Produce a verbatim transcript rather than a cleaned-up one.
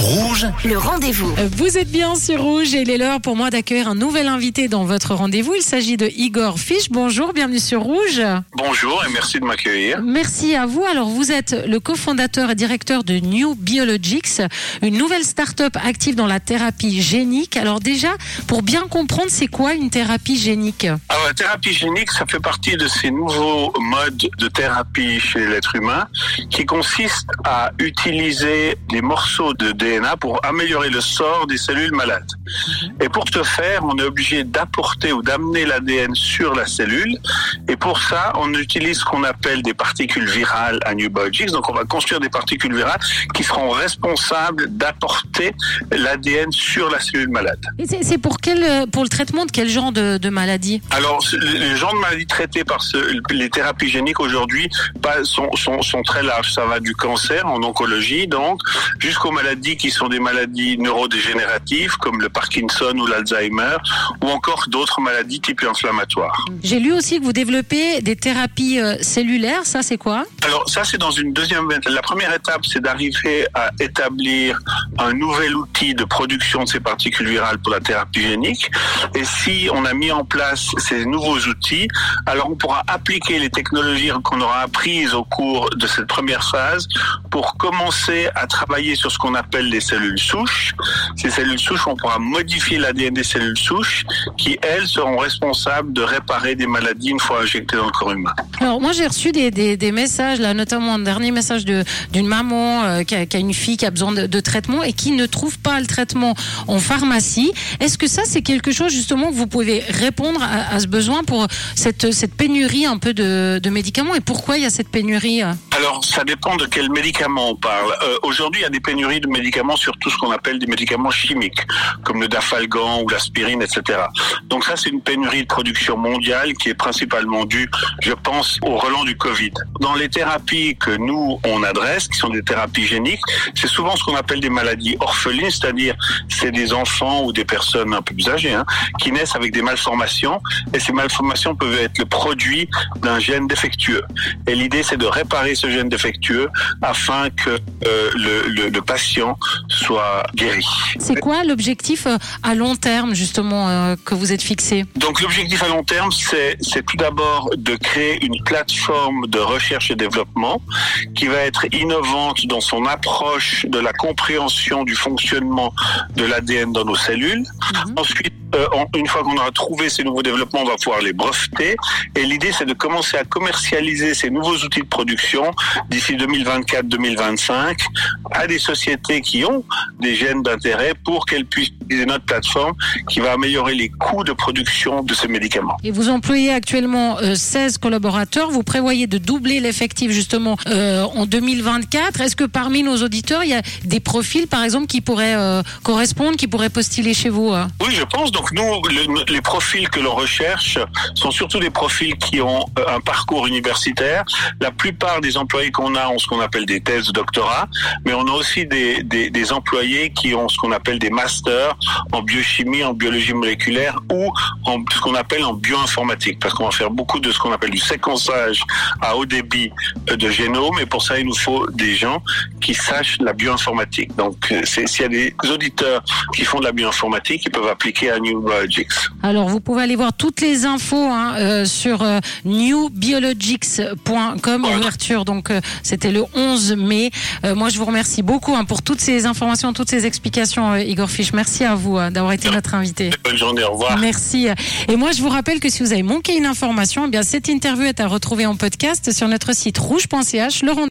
Rouge, le rendez-vous. Vous êtes bien sur Rouge et il est l'heure pour moi d'accueillir un nouvel invité dans votre rendez-vous. Il s'agit de Igor Fish. Bonjour, bienvenue sur Rouge. Bonjour et merci de m'accueillir. Merci à vous. Alors, vous êtes le cofondateur et directeur de New Biologics, une nouvelle start-up active dans la thérapie génique. Alors déjà, pour bien comprendre, c'est quoi une thérapie génique ? Alors, la thérapie génique, ça fait partie de ces nouveaux modes de thérapie chez l'être humain qui consistent à utiliser des morceaux de D N A pour améliorer le sort des cellules malades. Et pour ce faire, on est obligé d'apporter ou d'amener l'A D N sur la cellule. Et pour ça, on utilise ce qu'on appelle des particules virales à New Biologics. Donc, on va construire des particules virales qui seront responsables d'apporter l'A D N sur la cellule malade. Et c'est, c'est pour quel, pour le traitement de quel genre de, de maladie ? Alors, les genres de maladies traitées par ce, les thérapies géniques aujourd'hui pas, sont, sont, sont très larges. Ça va du cancer en oncologie, donc, jusqu'aux maladies qui sont des maladies neurodégénératives comme le Parkinson ou l'Alzheimer, ou encore d'autres maladies type inflammatoires. J'ai lu aussi que vous développez des thérapies euh, cellulaires, ça c'est quoi ? Alors ça c'est dans une deuxième étape. La première étape c'est d'arriver à établir un nouvel outil de production de ces particules virales pour la thérapie génique. Et si on a mis en place ces nouveaux outils, alors on pourra appliquer les technologies qu'on aura apprises au cours de cette première phase pour commencer à travailler sur ce qu'on appelle les cellules souches. Ces cellules souches, on pourra modifier l'A D N des cellules souches qui, elles, seront responsables de réparer des maladies une fois injectées dans le corps humain. Alors moi j'ai reçu des, des, des messages, là, notamment un dernier message de, d'une maman euh, qui, a, qui a une fille qui a besoin de, de traitement et qui ne trouve pas le traitement en pharmacie. Est-ce que ça c'est quelque chose justement que vous pouvez répondre à, à ce besoin pour cette, cette pénurie un peu de, de médicaments, et pourquoi il y a cette pénurie ? Alors ça dépend de quels médicaments on parle. Euh, aujourd'hui il y a des pénuries de médicaments sur tout ce qu'on appelle des médicaments chimiques, comme le dafalgan ou l'aspirine, et cetera. Donc ça, c'est une pénurie de production mondiale qui est principalement due, je pense, au relent du Covid. Dans les thérapies que nous, on adresse, qui sont des thérapies géniques, c'est souvent ce qu'on appelle des maladies orphelines, c'est-à-dire c'est des enfants ou des personnes un peu plus âgées hein, qui naissent avec des malformations, et ces malformations peuvent être le produit d'un gène défectueux. Et l'idée, c'est de réparer ce gène défectueux afin que euh, le, le, le patient soit guéri. C'est quoi l'objectif à long terme, justement, euh, que vous êtes fixé ? Donc l'objectif à long terme, c'est, c'est tout d'abord de créer une plateforme de recherche et développement qui va être innovante dans son approche de la compréhension du fonctionnement de l'A D N dans nos cellules. Mmh. Ensuite, euh, on, une fois qu'on aura trouvé ces nouveaux développements, on va pouvoir les breveter. Et l'idée, c'est de commencer à commercialiser ces nouveaux outils de production d'ici deux mille vingt-quatre deux mille vingt-cinq à des sociétés qui ont des gènes d'intérêt pour qu'elles puissent utiliser notre plateforme qui va améliorer les coûts de production de ces médicaments. Et vous employez actuellement euh, seize collaborateurs. Vous prévoyez de doubler l'effectif justement euh, en deux mille vingt-quatre. Est-ce que parmi nos auditeurs, il y a des profils, par exemple, qui pourraient euh, correspondre, qui pourraient postuler chez vous euh Oui, je pense. Donc nous, le, les profils que l'on recherche sont surtout des profils qui ont un parcours universitaire. La plupart des employés qu'on a ont ce qu'on appelle des thèses de doctorat, mais on a aussi des, des, des employés qui ont ce qu'on appelle des masters en biochimie, en biologie moléculaire ou en ce qu'on appelle en bioinformatique, parce qu'on va faire beaucoup de ce qu'on appelle du séquençage à haut débit de génome, et pour ça il nous faut des gens qui sachent la bioinformatique. Donc c'est, s'il y a des auditeurs qui font de la bioinformatique, ils peuvent appliquer à New Biologics. Alors vous pouvez aller voir toutes les infos hein, euh, sur euh, new biologics point com, ouais. Ouverture, donc euh, c'était le onze mai. Euh, moi je vous remercie beaucoup hein, pour toutes ces informations, toutes ces explications, euh, Igor Fish. Merci à vous hein, d'avoir été notre invité. Bonne journée, au revoir. Merci. Et moi je vous rappelle que si vous avez manqué une information, eh bien cette interview est à retrouver en podcast sur notre site rouge point c h. Le